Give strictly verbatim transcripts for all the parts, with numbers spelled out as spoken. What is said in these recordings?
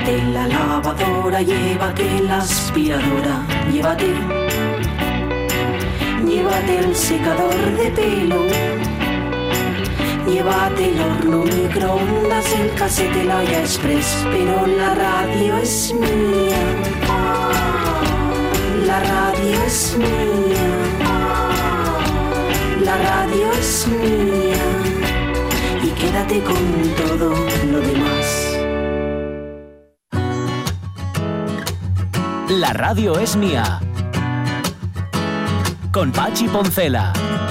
Llévate la lavadora, llévate la aspiradora, llévate, llévate el secador de pelo, llévate el horno, microondas, el cassette, la olla express, pero la radio es mía, la radio es mía, la radio es mía, y quédate con todo lo demás. La radio es mía. Con Pachi Poncela.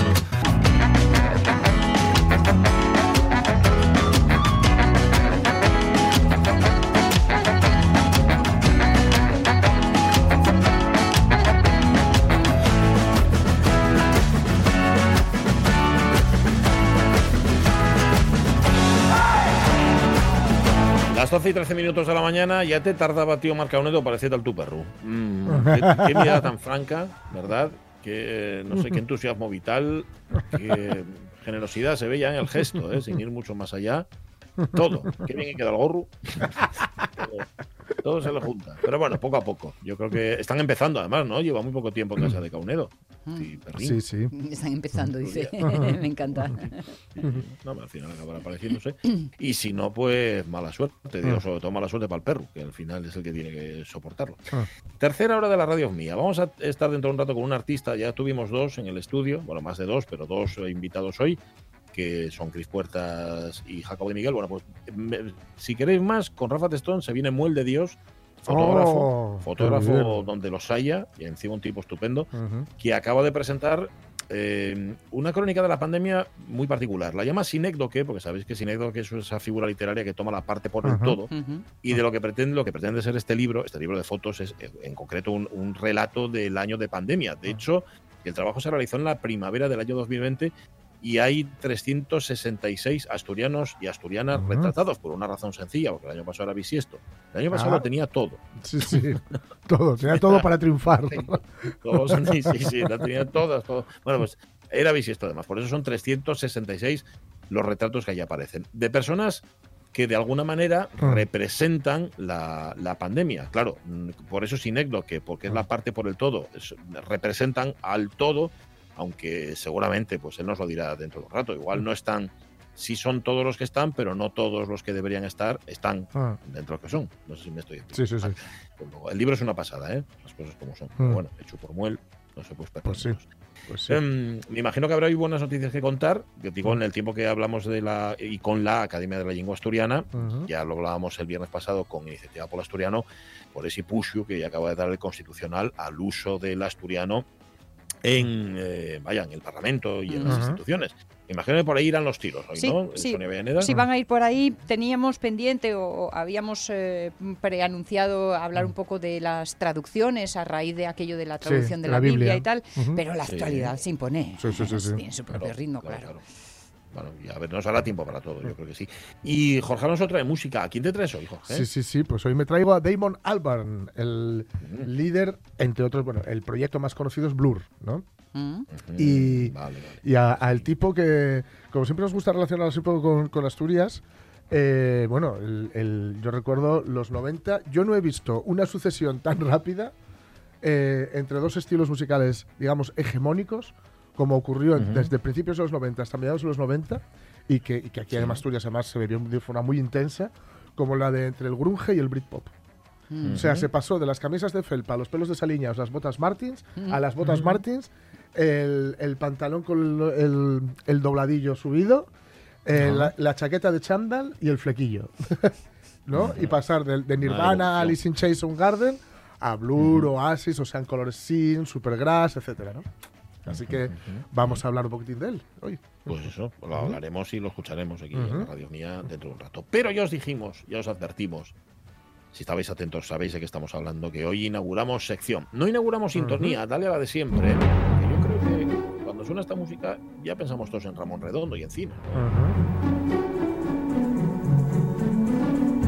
Las doce y trece minutos de la mañana ya te tardaba, tío Marcaunedo, parecerte al tu perro. Mm, qué, qué mirada tan franca, ¿verdad? Que no sé, qué entusiasmo vital, qué generosidad se ve ya en el gesto, ¿eh? Sin ir mucho más allá. Todo. Qué bien que queda el gorro. Todo, todo se le junta. Pero bueno, poco a poco. Yo creo que están empezando, además, ¿no? Lleva muy poco tiempo en casa de Caunedo. Sí, sí, sí. Están empezando, dice. Me encanta. No, al final acabará apareciéndose. Y si no, pues mala suerte. Digo, sobre todo mala suerte para el perro, que al final es el que tiene que soportarlo. Tercera hora de la radio mía. Vamos a estar dentro de un rato con un artista. Ya tuvimos dos en el estudio. Bueno, más de dos, pero dos invitados hoy, que son Cris Puertas y Jacobo de Miguel. Bueno, pues me, si queréis más, con Rafa Testón se viene Muel de Dios, fotógrafo, oh, fotógrafo donde los haya, y encima un tipo estupendo, uh-huh. que acaba de presentar eh, una crónica de la pandemia muy particular. La llama Sinécdoque, porque sabéis que Sinécdoque es esa figura literaria que toma la parte por el uh-huh. todo, uh-huh. y de lo que pretende, lo que pretende ser este libro, este libro de fotos, es en concreto un, un relato del año de pandemia. De uh-huh. hecho, el trabajo se realizó en la primavera del año dos mil veinte, y hay trescientos sesenta y seis asturianos y asturianas uh-huh. retratados, por una razón sencilla, porque el año pasado era bisiesto. El año pasado ah. lo tenía todo. Sí, sí, todo, tenía todo para triunfar. Todos, sí, sí, sí, lo tenía todas, todo. Bueno, pues era bisiesto además, por eso son trescientos sesenta y seis los retratos que allí aparecen. De personas que de alguna manera uh-huh. representan la, la pandemia. Claro, por eso Sinécdoque, porque es la parte por el todo, es, representan al todo, aunque seguramente pues él nos lo dirá dentro de un rato. Igual no están, sí son todos los que están, pero no todos los que deberían estar están ah. dentro de lo que son. No sé si me estoy explicando. Sí, sí, sí. El libro es una pasada, ¿eh? Las cosas como son. Pero bueno, hecho por Muel, no se puede esperar. Pues sí. Pues sí. Um, me imagino que habrá hoy buenas noticias que contar. Yo digo, en el tiempo que hablamos de la y con la Academia de la Lengua Asturiana, uh-huh. ya lo hablábamos el viernes pasado con Iniciativa por el Asturiano, por ese puxo que ya acaba de dar el Constitucional al uso del asturiano en, eh, vaya, en el Parlamento y en uh-huh. las instituciones. Imagino que por ahí irán los tiros hoy, sí, ¿no? Sí, Sonia Villaneda. Sí, van a ir por ahí. Teníamos pendiente o habíamos eh, preanunciado hablar uh-huh. un poco de las traducciones a raíz de aquello de la traducción sí, de la, la Biblia. Biblia y tal, uh-huh. pero la actualidad sí. se impone. Sí, sí, sí, sí. Tiene su propio claro, ritmo, claro. claro. claro. Bueno, y a ver, nos hará tiempo para todo, yo creo que sí. Y Jorge Alonso trae música. ¿A quién te traes hoy, Jorge? Sí, sí, sí. Pues hoy me traigo a Damon Albarn, el uh-huh. líder, entre otros, bueno, el proyecto más conocido es Blur, ¿no? Uh-huh. Y, vale, vale. y a, al tipo que, como siempre nos gusta relacionar así un poco con, con Asturias, eh, bueno, el, el, yo recuerdo los noventa, yo no he visto una sucesión tan rápida eh, entre dos estilos musicales, digamos, hegemónicos, como ocurrió uh-huh. desde principios de los noventa hasta mediados de los noventa, y que, y que aquí sí. en Asturias además se vivió de forma muy intensa, como la de entre el grunge y el Britpop. Uh-huh. O sea, se pasó de las camisas de felpa, los pelos de saliñas, las botas Martins, uh-huh. a las botas uh-huh. Martins, el, el pantalón con el, el, el dobladillo subido, eh, uh-huh. la, la chaqueta de chándal y el flequillo. ¿No? Uh-huh. Y pasar de, de Nirvana, uh-huh. Alice in Chains Garden, a Blur, uh-huh. Oasis, o sea, en Color Sin, Supergrass, etcétera, ¿no? Así que vamos a hablar un poquitín de él hoy. Pues eso, lo hablaremos y lo escucharemos aquí uh-huh. en la Radio Mía dentro de un rato. Pero ya os dijimos, ya os advertimos, si estabais atentos sabéis de qué estamos hablando, que hoy inauguramos sección. No inauguramos sintonía, uh-huh. dale a la de siempre. ¿eh? Yo creo que cuando suena esta música ya pensamos todos en Ramón Redondo y en cine. Uh-huh. Lo que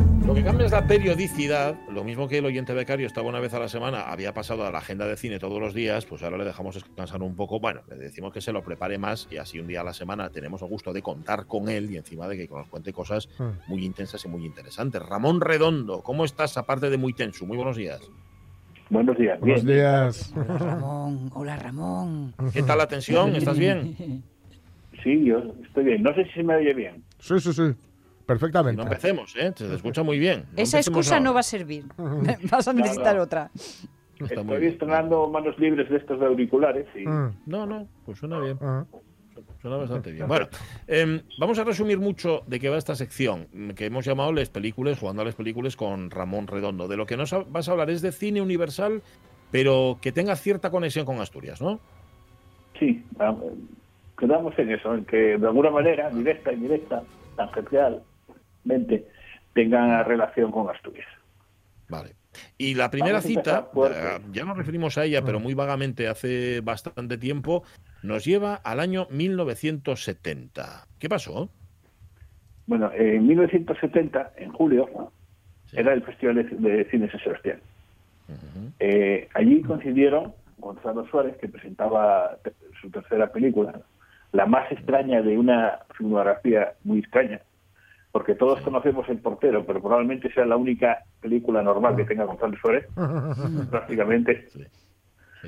cambias la periodicidad, lo mismo que el oyente becario estaba una vez a la semana, había pasado a la agenda de cine todos los días, pues ahora le dejamos descansar un poco. Bueno, le decimos que se lo prepare más y así un día a la semana tenemos el gusto de contar con él y encima de que nos cuente cosas muy intensas y muy interesantes. Ramón Redondo, ¿cómo estás aparte de muy tenso? Muy buenos días. Buenos días. Buenos bien. días. Hola Ramón, hola Ramón. ¿Qué tal la tensión? ¿Estás bien? Sí, yo estoy bien. No sé si se me oye bien. Sí, sí, sí. Perfectamente. No empecemos, ¿eh? Se te escucha muy bien. No Esa empecemos excusa ahora. no va a servir. Vas a necesitar no. otra. Está muy Estoy bien. estrenando manos libres de estos de auriculares y Mm, No, no, pues suena bien. ah. Suena bastante bien. Bueno, eh, vamos a resumir mucho de qué va esta sección, que hemos llamado Les Películas, jugando a las películas con Ramón Redondo. De lo que nos vas a hablar es de cine universal, pero que tenga cierta conexión con Asturias, ¿no? sí, ah, quedamos en eso, en que de alguna manera, directa, indirecta, tangencialmente, tengan relación con Asturias. Vale. Y la primera Vamos a cita, empezar fuerte. ya, ya nos referimos a ella, pero muy vagamente hace bastante tiempo, nos lleva al año mil novecientos setenta. ¿Qué pasó? Bueno, en mil novecientos setenta, en julio, Sí. era el Festival de, de Cine San Sebastián. Ujú. Eh, allí coincidieron Gonzalo Suárez, que presentaba te- su tercera película, la más extraña de una filmografía muy extraña, porque todos conocemos El Portero, pero probablemente sea la única película normal que tenga Gonzalo Suárez, prácticamente. Sí. Sí.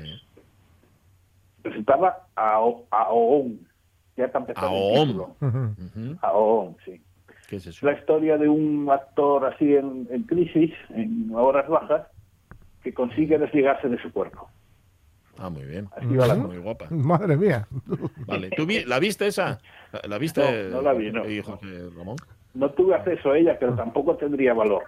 Presentaba a, O- a Oón, ya está empezando A el Oón. título. Ujú. A Oón, sí. ¿Qué es Es eso? la historia de un actor así en, en crisis, en horas bajas, que consigue desligarse de su cuerpo. Ah, muy bien. Así va la cosa. Muy guapa. Madre mía. Vale. ¿Tú vi- la viste esa? ¿La, la viste? No, no la vi, no. eh, José Ramón? No tuve acceso a ella, pero tampoco tendría valor.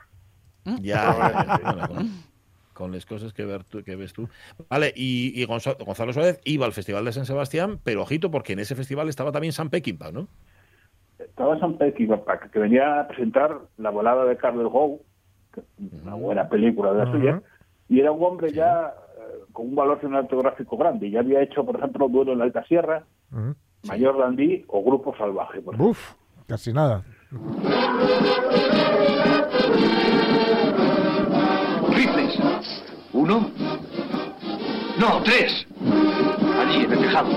Ya, bueno, con, con las cosas que, ver tú- que ves tú. Vale, y, y Gonza- Gonzalo Suárez iba al Festival de San Sebastián, pero ojito, porque en ese festival estaba también Sam Peckinpah, ¿no? Estaba San Peckinpah, que venía a presentar La balada de Carl Howe, una buena película de la Ujú. suya, y era un hombre ya eh, con un valor cinematográfico grande. Ya había hecho, por ejemplo, Duelo en la Alta Sierra, Mm. Mayor Dandí o Grupo Salvaje. Por ejemplo. Uf, casi nada. Rifles. Uno. No, tres. Allí, en el tejado.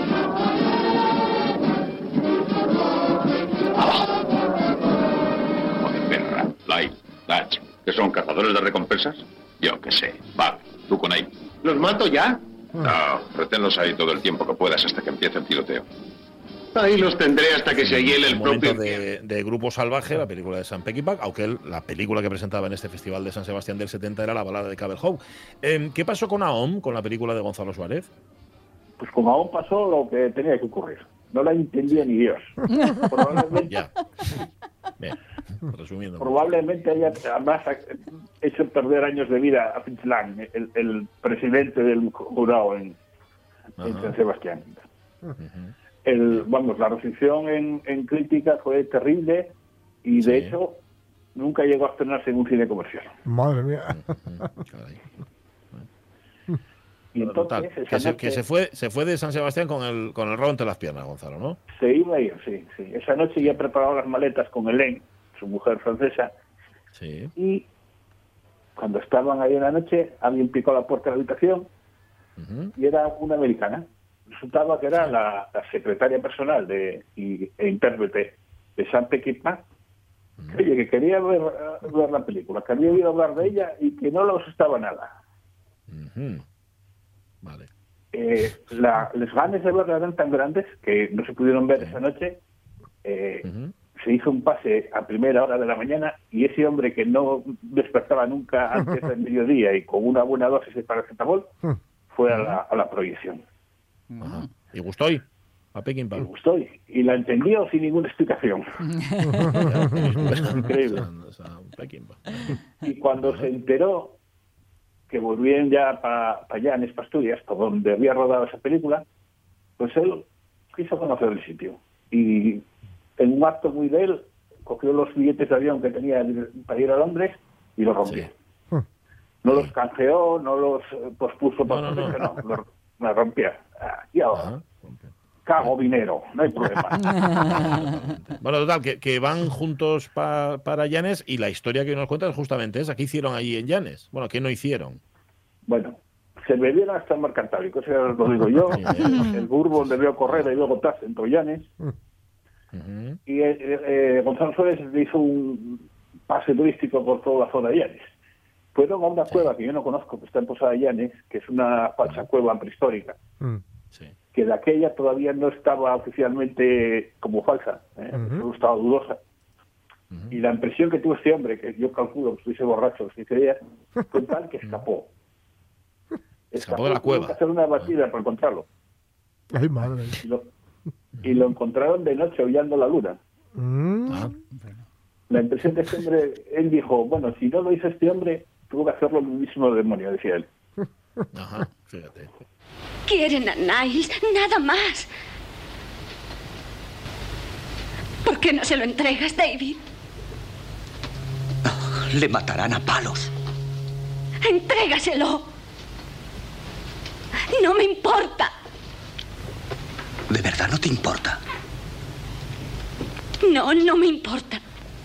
Abajo. Joder, perra. Light, Latch. ¿Que son cazadores de recompensas? Yo qué sé. Vale, tú con ahí. ¿Los mato ya? No, reténlos ahí todo el tiempo que puedas hasta que empiece el tiroteo. Ahí los tendré hasta que se hiele el Un momento propio... de, de Grupo Salvaje, la película de Sam Peckinpah, aunque él, la película que presentaba en este Festival de San Sebastián del setenta era La balada de Carl Howe. Eh, ¿Qué pasó con Aom, con la película de Gonzalo Suárez? Pues con Aón pasó lo que tenía que ocurrir. No la entendía ni Dios. Probablemente, Ya. Bien, resumiendo. probablemente haya además hecho perder años de vida a Fritz Lang, el, el presidente del jurado en, en Ajá. San Sebastián. Ujú. El, vamos, la recepción en, en crítica fue terrible y de Sí. hecho nunca llegó a estrenarse en un cine comercial. Madre mía. Ujú. Caray. Y Bueno, total, entonces esa que, se, noche que se fue se fue de San Sebastián con el con el rabo entre las piernas, Gonzalo, ¿no? se iba a ir, sí, sí. Esa noche ya preparaba las maletas con Hélène, su mujer francesa, Sí. y cuando estaban ahí en la noche, alguien picó a la puerta de la habitación Ujú. y era una americana. Resultaba que era la, la secretaria personal de, y, e intérprete de Sam Peckinpah, que, oye, que quería ver, ver la película, que había oído hablar de ella y que no le asustaba nada. Ujú. Vale. Eh, la, los ganes de verla eran tan grandes que no se pudieron ver esa noche. Eh, Ujú. Se hizo un pase a primera hora de la mañana y ese hombre que no despertaba nunca antes del mediodía y con una buena dosis de paracetamol fue a la, a la proyección. Ajá. ¿Y gustó hoy? A Peckinpah. Me gustó y, y la entendió sin ninguna explicación. Increíble. O sea, Peckinpah. Y cuando se enteró que volvían ya para pa allá, en Asturias, por donde había rodado esa película, pues él quiso conocer el sitio. Y en un acto muy de él, cogió los billetes de avión que tenía para ir a Londres y los rompió. Sí. No los canjeó, no los eh, pospuso No, para no, no. no, no, los, los rompía. Ah, y ahora, Ajá. cago dinero, no hay problema. Bueno, total, que, que van juntos pa, para Llanes y la historia que nos cuentas es justamente esa. ¿Qué hicieron allí en Llanes? Bueno, ¿qué no hicieron? Bueno, se bebieron hasta el mar Cantábrico, eso lo digo yo. El Bourbon debió correr y luego tras en Llanes. Uh-huh. Y eh, eh, Gonzalo Suárez le hizo un pase turístico por toda la zona de Llanes. Fueron a una sí. cueva que yo no conozco, que está en Posada de Llanes, que es una falsa uh-huh. cueva prehistórica, uh-huh. sí. que de aquella todavía no estaba oficialmente como falsa, ¿eh? uh-huh. solo estaba dudosa. Uh-huh. Y la impresión que tuvo este hombre, que yo calculo que estuviese borracho los quince días, fue tal que escapó. Escapó de la cueva. Tuvo que hacer una batida para encontrarlo. Ay, madre. Y lo, y lo encontraron de noche aullando la luna. Mm. Ah. La impresión de este hombre, él dijo, bueno, si no lo hizo este hombre, tuvo que hacerlo el mismo demonio, decía él. Ajá, fíjate. Quieren a Niles, nada más. ¿Por qué no se lo entregas, David? Oh, le matarán a palos. Entrégaselo. No me importa. ¿De verdad no te importa? No, no me importa.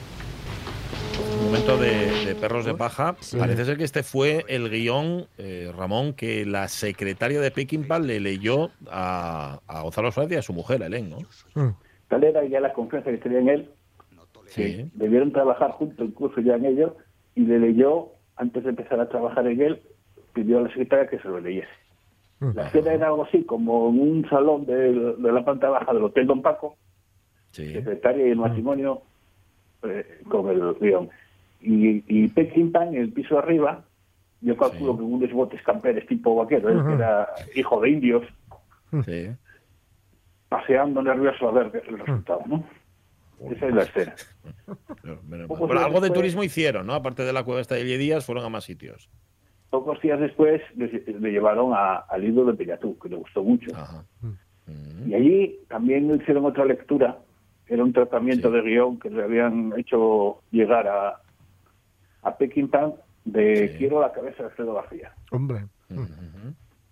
Un momento de, de Perros de Paja. Sí. Parece ser que este fue el guión, eh, Ramón, que la secretaria de Peckinpah le leyó a, a Gonzalo Suárez y a su mujer, a Helen, ¿no? Mm. Tal era ya la confianza que tenía en él, sí. que debieron trabajar juntos, incluso ya en ello, y le leyó, antes de empezar a trabajar en él, pidió a la secretaria que se lo leyese. Mm. La escena era algo así, como en un salón de, de la planta baja del Hotel Don Paco, sí. secretaria y el matrimonio, eh, con el guión. Y, y Peckinpah en el piso de arriba, yo calculo sí. que unos botes camperes tipo vaquero, él uh-huh. que era hijo de indios, sí. paseando nervioso a ver el resultado, ¿no? Uh-huh. Esa es la escena. Pero, pero, bueno, algo de turismo hicieron, ¿no? Aparte de la cueva esta de diez días, fueron a más sitios. Pocos días después le, le llevaron a, al Lido de Peñatú, que le gustó mucho. Ajá. Uh-huh. Y allí también hicieron otra lectura, era un tratamiento sí. de guión que le habían hecho llegar a a Peckinpah de sí. Quiero la cabeza de Alfredo García. Hombre. Uh-huh.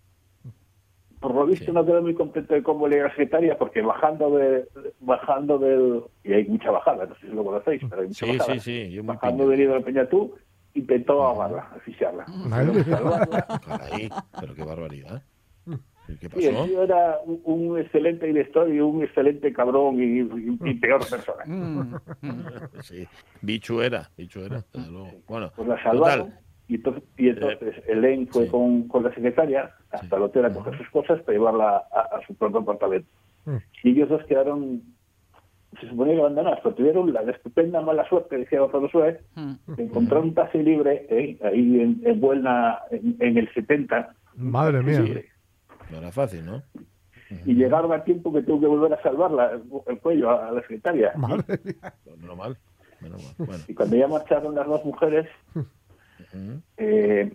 Por lo visto sí. no quedó muy contento de cómo leía la secretaria, porque bajando de bajando del... y hay mucha bajada, no sé si lo conocéis, pero hay mucha sí, bajada. Sí, sí, Yo bajando del Lido de Peñatú, intentó ahogarla, asfixiarla. Caray, pero qué barbaridad. ¿Qué pasó? Sí, el tío era un, un excelente director y un excelente cabrón y, y, y peor persona. Sí, bicho era, bicho era, desde luego. Bueno, pues la salvaron y entonces, y entonces eh, Helen fue sí. con, con la secretaria hasta sí. el hotel a coger uh-huh. sus cosas para llevarla a, a su propio apartamento. Uh-huh. Y ellos dos quedaron, se suponía que abandonados, pero tuvieron la estupenda mala suerte, decía Gonzalo Suárez, uh-huh. de encontrar un taxi libre eh, ahí en, en Buelna en, en el setenta. Madre mía. Libre. No era fácil, ¿no? Y llegaron a tiempo que tuvo que volver a salvarla, el, el cuello, a, a la secretaria. Madre mía. Menos mal. Menos mal. Bueno. Y cuando ya marcharon las dos mujeres, uh-huh. eh,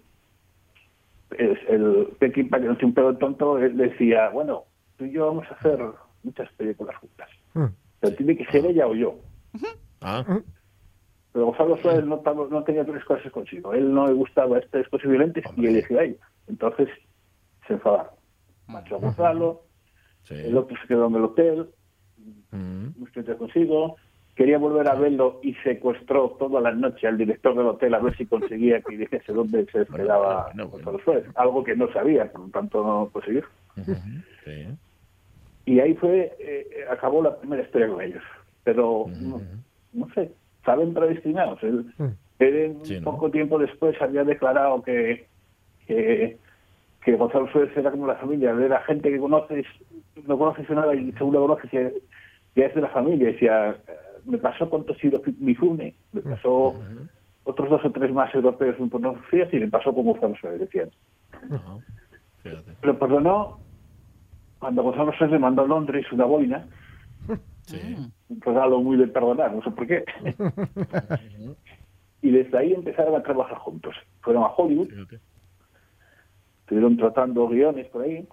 el, el Peckinpah, que no es un pedo tonto, él decía, bueno, tú y yo vamos a hacer muchas películas juntas. Uh-huh. Pero tiene que ser ella o yo. Uh-huh. Ah. Pero Gonzalo Suárez no, no tenía tres cosas consigo. Él no le gustaba estas cosas violentas y él decía a ella. Entonces se enfadaron. Marchó a Gonzalo, sí. el otro se quedó en el hotel, uh-huh. no consigo, quería volver a verlo y secuestró toda la noche al director del hotel a ver si conseguía que dijese dónde se quedaba bueno, bueno, bueno. algo que no sabía, por lo tanto no consiguió. Uh-huh. Sí. Y ahí fue, eh, acabó la primera historia con ellos, pero uh-huh. no, no sé, saben predestinados. Él, uh-huh. él sí, poco ¿no? tiempo después había declarado que, que que Gonzalo Suárez era como la familia, era gente que conoces, no conoces nada y seguro conoces que ya es de la familia. Decía, me pasó con Toshiro Mifune, me pasó uh-huh. otros dos o tres más europeos en pornografía y me pasó con Gonzalo Suárez, decían. Uh-huh. Pero perdonó cuando Gonzalo Suárez le mandó a Londres una boina, sí. un regalo muy de perdonar, no sé por qué. Uh-huh. Y desde ahí empezaron a trabajar juntos. Fueron a Hollywood. Fíjate. Estuvieron tratando guiones por ahí.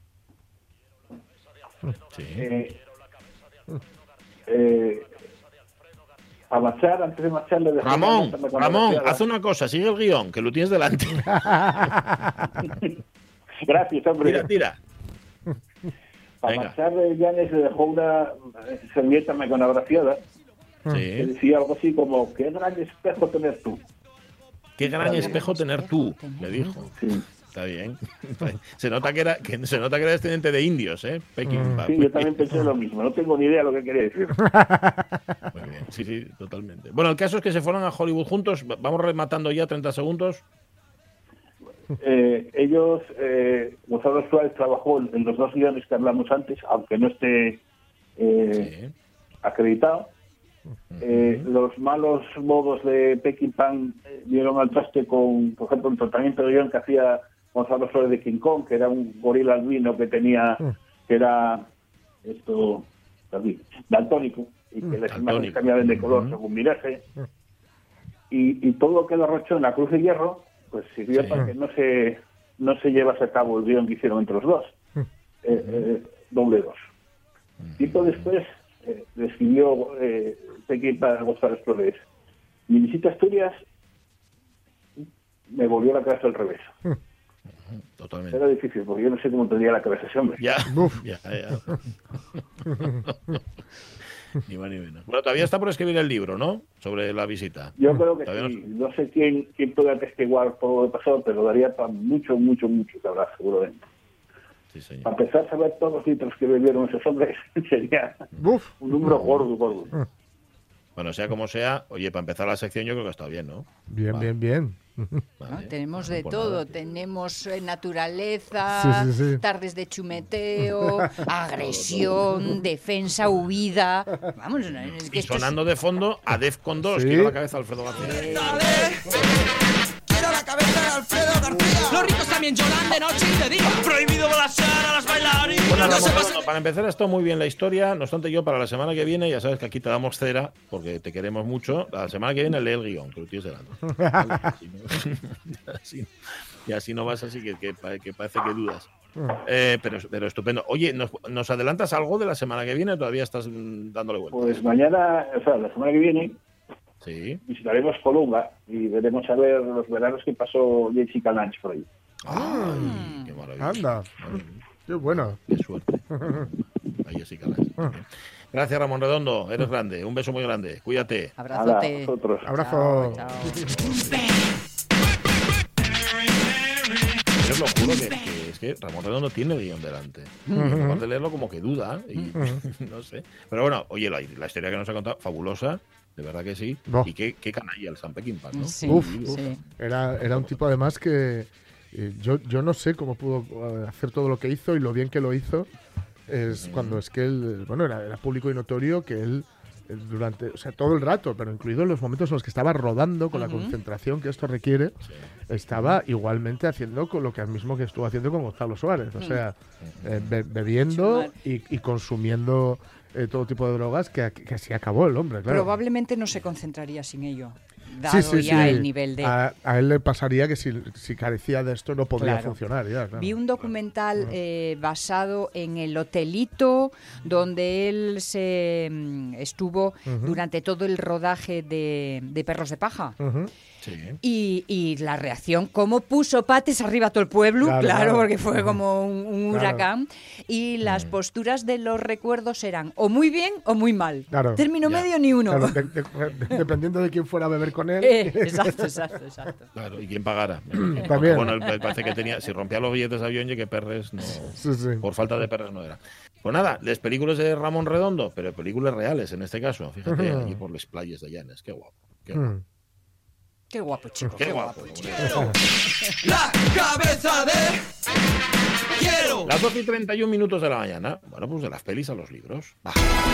Sí. Eh, eh, a marchar, antes de marchar, le dejé Ramón, Ramón, haz una cosa, sigue el guión, que lo tienes delante. Gracias, hombre. Tira, tira. Para marchar, Llanes le dejó una servilleta meconografiada sí. que decía algo así como: qué gran espejo tener tú. Qué gran espejo tener tú, le dijo. Sí. Está bien. Se nota que era que se nota que era descendiente de indios, ¿eh? Peckinpah. Sí, yo también pensé lo mismo. No tengo ni idea de lo que quería decir. Muy bien. Sí, sí, totalmente. Bueno, el caso es que se fueron a Hollywood juntos. Vamos rematando ya, treinta segundos. Eh, ellos, eh, Gonzalo Suárez trabajó en los dos guiones que hablamos antes, aunque no esté eh, sí. acreditado. Eh, uh-huh. Los malos modos de Peckinpah eh, dieron al traste con, por ejemplo, el tratamiento de guión que hacía Gonzalo Suárez de King Kong, que era un gorila albino que tenía, uh-huh. que era esto, perdí, daltónico, y que uh-huh. las imágenes cambiaban de color uh-huh. según mirase. Uh-huh. Y, y todo lo que lo arrochó en la Cruz de Hierro, pues sirvió sí. para que no se no se llevase a cabo el guión que hicieron entre los dos. Uh-huh. eh, eh, doble dos. Uh-huh. Tiempo después eh, le escribió eh, Peckinpah a González Flores: mi visita a Asturias me volvió la cabeza al revés. Uh-huh. Totalmente. Era difícil, porque yo no sé cómo tendría la cabeza ese hombre. Ya, ya, ya. Ni más ni menos. Bueno, todavía está por escribir el libro, ¿no? Sobre la visita. Yo creo que todavía sí. No... no sé quién, quién puede atestiguar todo lo pasado, pero daría para mucho, mucho, mucho que hablar, seguramente. Sí, señor. Para empezar a saber todos los litros que bebieron esos hombres, sería Uf. un número gordo, gordo. Bueno, sea como sea, oye, para empezar la sección yo creo que está bien, ¿no? Bien, vale. bien, bien. Vale. ¿No? Tenemos de todo, nada. Tenemos eh, naturaleza, sí, sí, sí. tardes de chumeteo, agresión, defensa, huida. Vamos, es que y sonando es... de fondo a Defcon dos, ¿sí? Quiero la cabeza de Alfredo García. Quiero la cabeza de Alfredo García. Los ricos también lloran de noche y de día. Prohibido volar a las bailarinas. Bueno, Ramón, bueno, para empezar esto muy bien la historia. No obstante, yo para la semana que viene, ya sabes que aquí te damos cera, porque te queremos mucho. La semana que viene lee el guión, que lo tienes delante. Vale, así no, así, y así no vas así que, que, que parece que dudas. Eh, pero, pero estupendo. Oye, ¿nos, ¿nos adelantas algo de la semana que viene o todavía estás dándole vueltas? Pues mañana, o sea, la semana que viene, sí. visitaremos Columba y veremos a ver los veranos que pasó Jessica Lange por ahí. ¡Ay! ¡Qué maravilla! Anda, qué bueno. ¡Qué suerte! A Jessica Lange. Gracias, Ramón Redondo. Eres grande. Un beso muy grande. Cuídate. Abrazote. Abrazo. Chao, chao. Yo os lo juro que, que es que Ramón Redondo tiene el guión delante. Uh-huh. En lugar de leerlo como que duda. Y, uh-huh. no sé. Pero bueno, oye, la, la historia que nos ha contado, fabulosa. De verdad que sí. Oh. Y qué, qué canalla el Sam Peckinpah, ¿no? Sí, uf, uf. Sí. Era, era un tipo además que eh, yo, yo no sé cómo pudo hacer todo lo que hizo y lo bien que lo hizo. Es mm. cuando es que él, bueno, era, era público y notorio que él, él durante, o sea, todo el rato, pero incluido en los momentos en los que estaba rodando con uh-huh. la concentración que esto requiere, sí. estaba igualmente haciendo con lo que mismo que estuvo haciendo con Gonzalo Suárez, o sea, uh-huh. eh, be- bebiendo y, y consumiendo eh, todo tipo de drogas que, que así acabó el hombre, claro. Probablemente no se concentraría sin ello. Dado sí, sí, ya sí. el nivel de... A, a él le pasaría que si, si carecía de esto no podría claro. funcionar. Ya, claro. Vi un documental claro. eh, basado en el hotelito donde él se mm, estuvo uh-huh. durante todo el rodaje de, de Perros de Paja. Uh-huh. Sí. Y, y la reacción, cómo puso pates arriba a todo el pueblo, claro, claro, claro. porque fue uh-huh. como un, un claro. huracán. Y las uh-huh. posturas de los recuerdos eran o muy bien o muy mal. Claro. Término ya. medio ni uno. Claro, de, de, de, dependiendo de quién fuera a beber con él. Eh, exacto, exacto, exacto. Claro, y quién pagara. También. Bueno, él parece que tenía, si rompía los billetes de avión, y que perres no, sí, sí. por falta de perres no era. Pues nada, las películas de Ramón Redondo, pero películas reales en este caso. Fíjate, uh-huh. allí por las playas de Llanes. Qué guapo. Qué guapo. Uh-huh. Qué guapo, chico. Qué, qué guapo, guapo chico. La cabeza de Quiero. Las doce y treinta y un minutos de la mañana. Bueno, pues de las pelis a los libros. Va.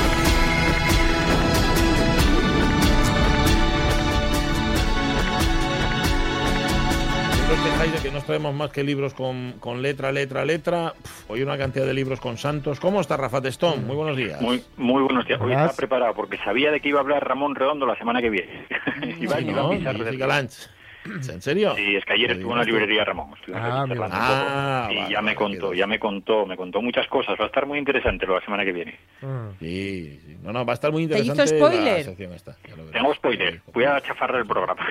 Os quejáis de que nos traemos más que libros con, con letra, letra, letra. Uf, hoy una cantidad de libros con santos. ¿Cómo está Rafa Testón? Muy buenos días. Muy muy buenos días. Hoy estaba preparado porque sabía de que iba a hablar Ramón Redondo la semana que viene. iba, sí, iba no, a pisar de... ¿En serio? Sí, es que ayer estuve en la librería Ramón. Ah, ah, y vale, ya me vale, contó, ya me contó, me contó muchas cosas. Va a estar muy interesante la semana que viene. Sí, sí. No, no, va a estar muy interesante. ¿Te hizo spoiler? La sección esta. Tengo spoiler. Voy a chafarle el programa.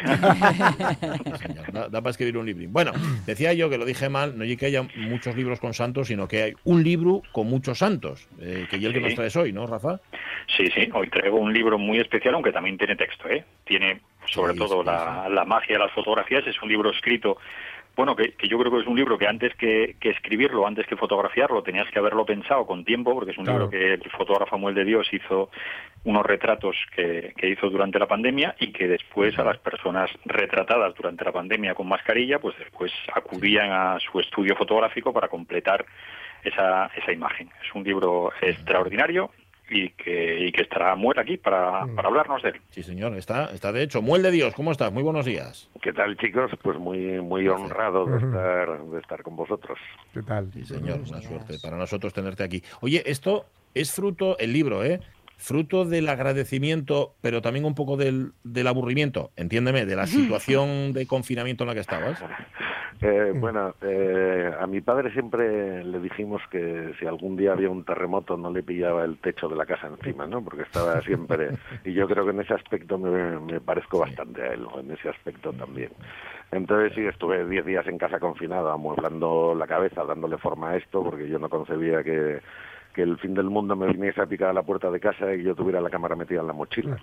Da, da para escribir un libro. Bueno, decía yo que lo dije mal, no es que haya muchos libros con santos, sino que hay un libro con muchos santos, eh, que es el que Sí. nos traes hoy, ¿no, Rafa? Sí, sí, hoy traigo un libro muy especial, aunque también tiene texto, ¿eh? Tiene, sobre Sí, todo, sí, la, la magia de las fotografías. Es un libro escrito, bueno, que, que yo creo que es un libro que antes que, que escribirlo, antes que fotografiarlo, tenías que haberlo pensado con tiempo, porque es un Claro. libro que el fotógrafo Samuel de Dios hizo unos retratos que, que hizo durante la pandemia y que después a las personas retratadas durante la pandemia con mascarilla, pues después acudían a su estudio fotográfico para completar esa, esa imagen. Es un libro extraordinario y que, y que estará Muel aquí para, para hablarnos de él. Sí, señor, está, está de hecho. Muel de Dios, ¿cómo estás? Muy buenos días. ¿Qué tal, chicos? Pues muy muy honrado de estar, de estar con vosotros. ¿Qué tal? Sí, señor, una suerte para nosotros tenerte aquí. Oye, esto es fruto, el libro, ¿eh? Fruto del agradecimiento, pero también un poco del, del aburrimiento, entiéndeme, de la situación de confinamiento en la que estabas. Eh, bueno, eh, a mi padre siempre le dijimos que si algún día había un terremoto no le pillaba el techo de la casa encima, ¿no? Porque estaba siempre... Y yo creo que en ese aspecto me, me parezco bastante a él, ¿no? En ese aspecto también. Entonces sí, estuve diez días en casa confinado, amueblando la cabeza, dándole forma a esto, porque yo no concebía que... que el fin del mundo me viniese a picar a la puerta de casa y yo tuviera la cámara metida en la mochila.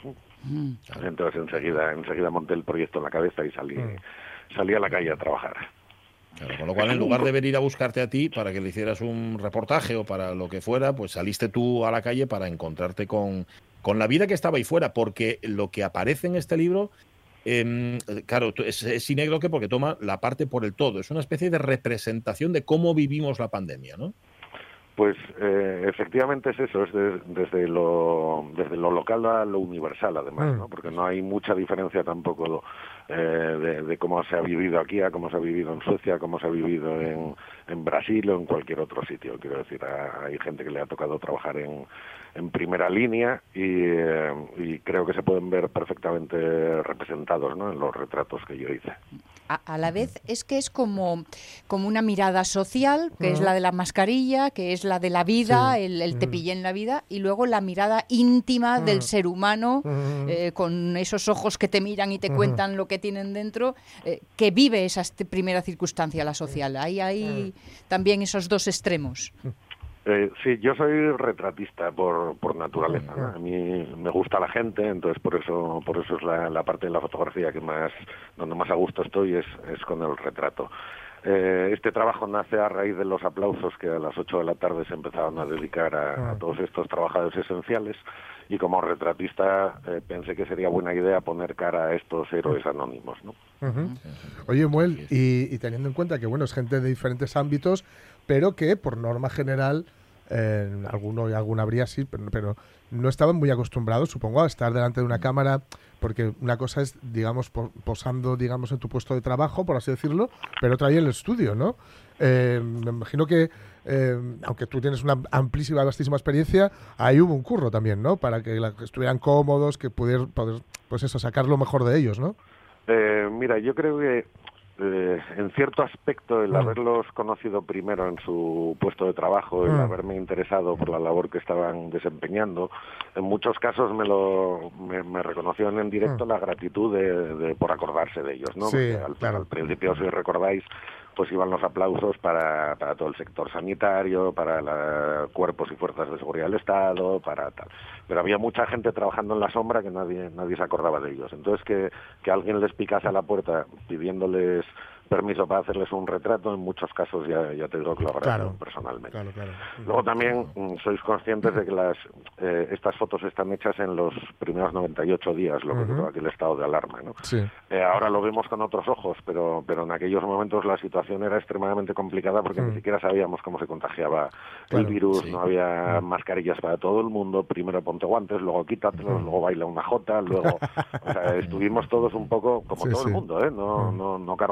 Entonces enseguida enseguida monté el proyecto en la cabeza y salí, salí a la calle a trabajar. Claro, con lo cual, en lugar de venir a buscarte a ti para que le hicieras un reportaje o para lo que fuera, pues saliste tú a la calle para encontrarte con, con la vida que estaba ahí fuera, porque lo que aparece en este libro... Eh, claro, es, es sinécdoque porque toma la parte por el todo. Es una especie de representación de cómo vivimos la pandemia, ¿no? Pues eh, efectivamente es eso, es de, desde lo desde lo local a lo universal, además, ¿no? Porque no hay mucha diferencia tampoco eh, de, de cómo se ha vivido aquí a cómo se ha vivido en Suecia, cómo se ha vivido en, en Brasil o en cualquier otro sitio. Quiero decir, a, hay gente que le ha tocado trabajar en, en primera línea y, eh, y creo que se pueden ver perfectamente representados, ¿no? En los retratos que yo hice. A, a la vez es que es como, como una mirada social, que uh-huh. es la de la mascarilla, que es la de la vida, sí. el, el te pillé en la vida, y luego la mirada íntima uh-huh. del ser humano, uh-huh. eh, con esos ojos que te miran y te uh-huh. cuentan lo que tienen dentro, eh, que vive esa primera circunstancia, la social. Ahí hay uh-huh. también esos dos extremos. Eh, sí, yo soy retratista por, por naturaleza, ¿no? A mí me gusta la gente, entonces por eso por eso es la, la parte de la fotografía que más donde más a gusto estoy es, es con el retrato. Eh, este trabajo nace a raíz de los aplausos que a las ocho de la tarde se empezaron a dedicar a, a todos estos trabajadores esenciales y como retratista eh, pensé que sería buena idea poner cara a estos héroes anónimos, ¿no? Uh-huh. Oye, Muel, y, y teniendo en cuenta que bueno es gente de diferentes ámbitos, pero que por norma general eh, alguno y alguna habría sí, pero, pero no estaban muy acostumbrados, supongo, a estar delante de una cámara, porque una cosa es, digamos, po- posando, digamos, en tu puesto de trabajo, por así decirlo, pero otra ahí en el estudio, ¿no? Eh, me imagino que, eh, aunque tú tienes una amplísima, vastísima experiencia, ahí hubo un curro también, ¿no? Para que, la, que estuvieran cómodos, que pudieran, poder, pues eso, sacar lo mejor de ellos, ¿no? Eh, mira, yo creo que Eh, en cierto aspecto el mm. haberlos conocido primero en su puesto de trabajo, el mm. haberme interesado por la labor que estaban desempeñando, en muchos casos me lo me, me reconocieron en directo mm. la gratitud de, de por acordarse de ellos, ¿no? Sí, al, claro. al principio, si recordáis, pues iban los aplausos para, para todo el sector sanitario, para la, cuerpos y fuerzas de seguridad del Estado, para tal. Pero había mucha gente trabajando en la sombra que nadie nadie se acordaba de ellos. Entonces, que, que alguien les picase a la puerta pidiéndoles permiso para hacerles un retrato, en muchos casos ya, ya te digo que lo agradezco claro, personalmente. Claro, claro. Luego también mm, sois conscientes de que las eh, estas fotos están hechas en los primeros noventa y ocho días, lo que uh-huh. duró aquel estado de alarma, ¿no? Sí. Eh, ahora lo vemos con otros ojos, pero pero en aquellos momentos la situación era extremadamente complicada porque uh-huh. ni siquiera sabíamos cómo se contagiaba claro, el virus, sí. no había uh-huh. mascarillas para todo el mundo, primero ponte guantes, luego quítatelos, uh-huh. luego baila una jota, luego... o sea, estuvimos todos un poco como sí, todo sí. el mundo, ¿eh? No, uh-huh. no, no cargo tintas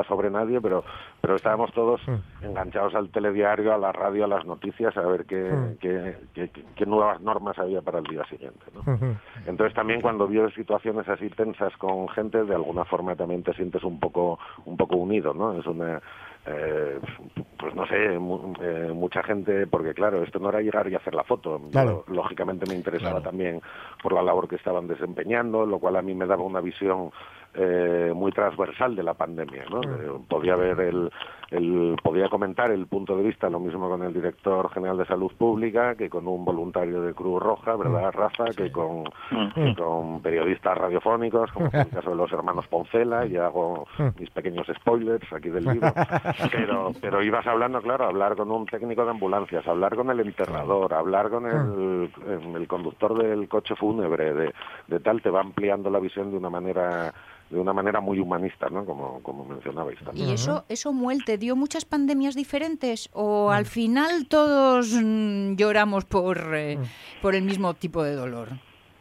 sobre nadie, pero pero estábamos todos mm. enganchados al telediario, a la radio, a las noticias, a ver qué, mm. qué, qué, qué nuevas normas había para el día siguiente, ¿no? Mm-hmm. Entonces también cuando vives situaciones así tensas con gente, de alguna forma también te sientes un poco un poco unido, ¿no? Es una Eh, pues no sé, mu eh, mucha gente, porque claro, esto no era llegar y hacer la foto, claro. Yo, lógicamente me interesaba claro. también por la labor que estaban desempeñando, lo cual a mí me daba una visión eh, muy transversal de la pandemia, ¿no? Eh, podía ver el, el, podía comentar el punto de vista, lo mismo con el director general de Salud Pública, que con un voluntario de Cruz Roja, ¿verdad, Rafa? Sí. Que con, que con periodistas radiofónicos, como en el caso de los hermanos Poncela, y hago mis pequeños spoilers aquí del libro. Pero, pero ibas hablando, claro, hablar con un técnico de ambulancias, hablar con el enterrador, hablar con el, el conductor del coche fúnebre, de, de tal, te va ampliando la visión de una manera de una manera muy humanista, ¿no? Como, como mencionabais también. ¿Y eso, eso Muel, te dio muchas pandemias diferentes? ¿O al final todos mmm, lloramos por, eh, por el mismo tipo de dolor?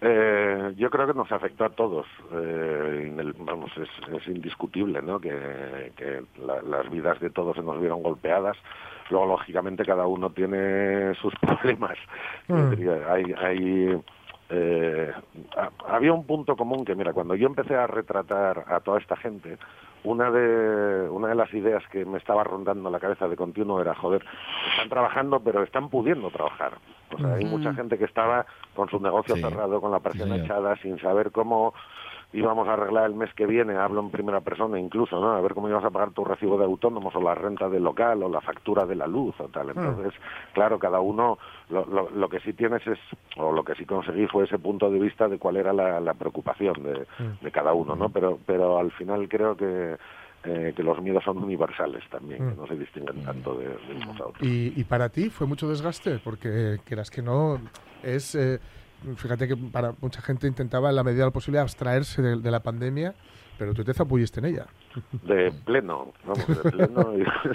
Eh, yo creo que nos afectó a todos. Eh, el, vamos, es, es indiscutible, ¿no? Que, que la, las vidas de todos se nos vieron golpeadas. Luego, lógicamente, cada uno tiene sus problemas. Mm. Hay, hay eh, a, había un punto común que, mira, cuando yo empecé a retratar a toda esta gente, una de una de las ideas que me estaba rondando la cabeza de continuo era, joder, están trabajando pero están pudiendo trabajar. O sea, hay mm. mucha gente que estaba con su negocio sí. cerrado, con la persiana sí, echada, sin saber cómo íbamos a arreglar el mes que viene, hablo en primera persona incluso, ¿no? A ver cómo ibas a pagar tu recibo de autónomos o la renta del local o la factura de la luz o tal. Entonces, mm. claro, cada uno, lo, lo, lo que sí tienes es, o lo que sí conseguí fue ese punto de vista de cuál era la, la preocupación de, mm. de cada uno, ¿no? Pero, pero al final creo que Eh, que los miedos son universales también, mm. que no se distinguen tanto de, de unos a otros. ¿Y, y para ti fue mucho desgaste? Porque quieras que no, es... Eh, fíjate que para mucha gente intentaba en la medida de lo posible abstraerse de, de la pandemia, pero tú te zapulliste en ella. De pleno, vamos, de pleno.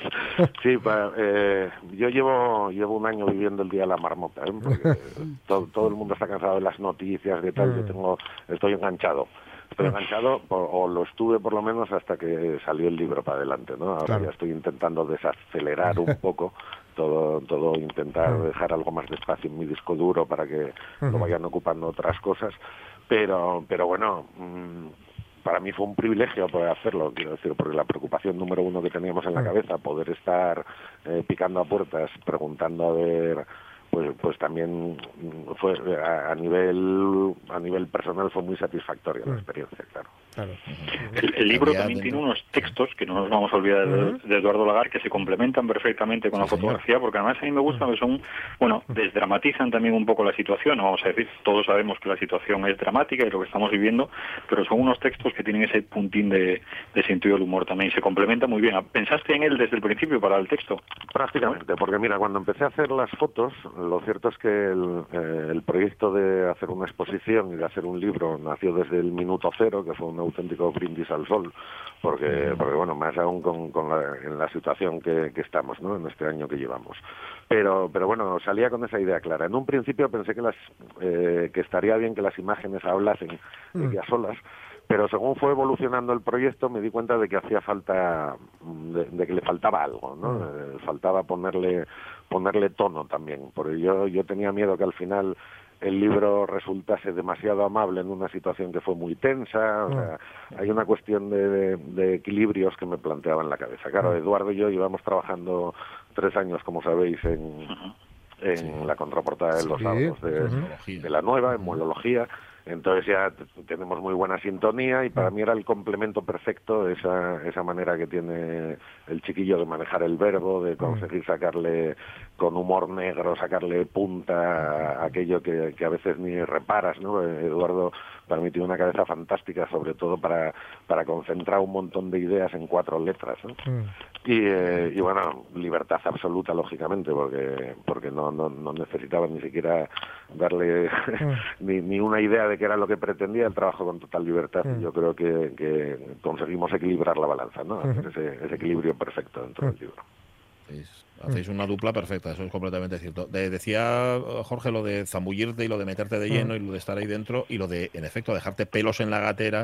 Sí, pa, eh, yo llevo llevo un año viviendo el día de la marmota, ¿eh? Porque todo, todo el mundo está cansado de las noticias, de tal, mm. yo tengo, estoy enganchado. Estoy enganchado, o lo estuve por lo menos hasta que salió el libro para adelante, ¿no? Ahora claro. ya estoy intentando desacelerar un poco todo, todo intentar dejar algo más de espacio en mi disco duro para que uh-huh. lo vayan ocupando otras cosas, pero, pero bueno, mmm, para mí fue un privilegio poder hacerlo, quiero decir, porque la preocupación número uno que teníamos en la cabeza, poder estar eh, picando a puertas, preguntando a ver... Pues, pues también fue a, a nivel a nivel personal fue muy satisfactoria la experiencia, claro. Claro. El, el libro también tiene unos textos que no nos vamos a olvidar de, de Eduardo Lagar, que se complementan perfectamente con la sí, fotografía, porque además a mí me gusta que son, bueno, desdramatizan también un poco la situación, no vamos a decir, todos sabemos que la situación es dramática y lo que estamos viviendo, pero son unos textos que tienen ese puntín de, de sentido del humor también, se complementa muy bien. ¿Pensaste en él desde el principio para el texto? Prácticamente, porque mira, cuando empecé a hacer las fotos, lo cierto es que el, eh, el proyecto de hacer una exposición y de hacer un libro nació desde el minuto cero, que fue un auténtico brindis al sol, porque, porque bueno, más aún con, con la, en la situación que, que estamos, ¿no? En este año que llevamos. Pero, pero bueno, salía con esa idea clara. En un principio pensé que las eh, que estaría bien que las imágenes hablasen mm. ellas solas, pero según fue evolucionando el proyecto me di cuenta de que hacía falta, de, de que le faltaba algo, ¿no? Mm. Eh, faltaba ponerle ponerle tono también, porque yo yo tenía miedo que al final el libro resultase demasiado amable en una situación que fue muy tensa. O sea, hay una cuestión de, de, de equilibrios que me planteaba en la cabeza. Claro, Eduardo y yo llevamos trabajando tres años, como sabéis, en, en sí. la contraportada de los sí. sábados de, uh-huh. de la nueva, en Muelología. Entonces ya t- tenemos muy buena sintonía y para mí era el complemento perfecto esa esa manera que tiene el chiquillo de manejar el verbo, de conseguir sacarle con humor negro, sacarle punta a aquello que, que a veces ni reparas, ¿no? Eduardo para mí tiene una cabeza fantástica, sobre todo para para concentrar un montón de ideas en cuatro letras, ¿no? Mm. Y, eh, y bueno, libertad absoluta, lógicamente, porque porque no no, no necesitaba ni siquiera darle mm. ni, ni una idea de qué era lo que pretendía, el trabajo con total libertad. Mm. Y yo creo que, que conseguimos equilibrar la balanza, ¿no? Hacer ese, ese equilibrio perfecto dentro mm. del libro. Es, hacéis una dupla perfecta, eso es completamente cierto. De, decía Jorge lo de zambullirte y lo de meterte de lleno mm. y lo de estar ahí dentro y lo de, en efecto, dejarte pelos en la gatera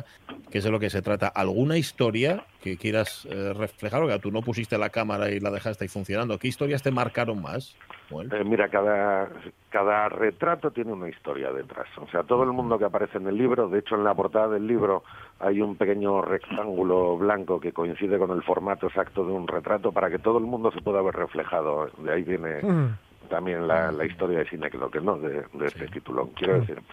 que es de lo que se trata. ¿Alguna historia que quieras eh, reflejar? Porque tú no pusiste la cámara y la dejaste ahí funcionando. ¿Qué historias te marcaron más? Bueno. Eh, mira, cada, cada retrato tiene una historia detrás. O sea, todo el mundo que aparece en el libro, de hecho en la portada del libro hay un pequeño rectángulo blanco que coincide con el formato exacto de un retrato para que todo el mundo se pueda ver reflejado. De ahí viene mm. también la, la historia de Sinécdoque, ¿no? De, de este sí. título. Quiero mm. decir,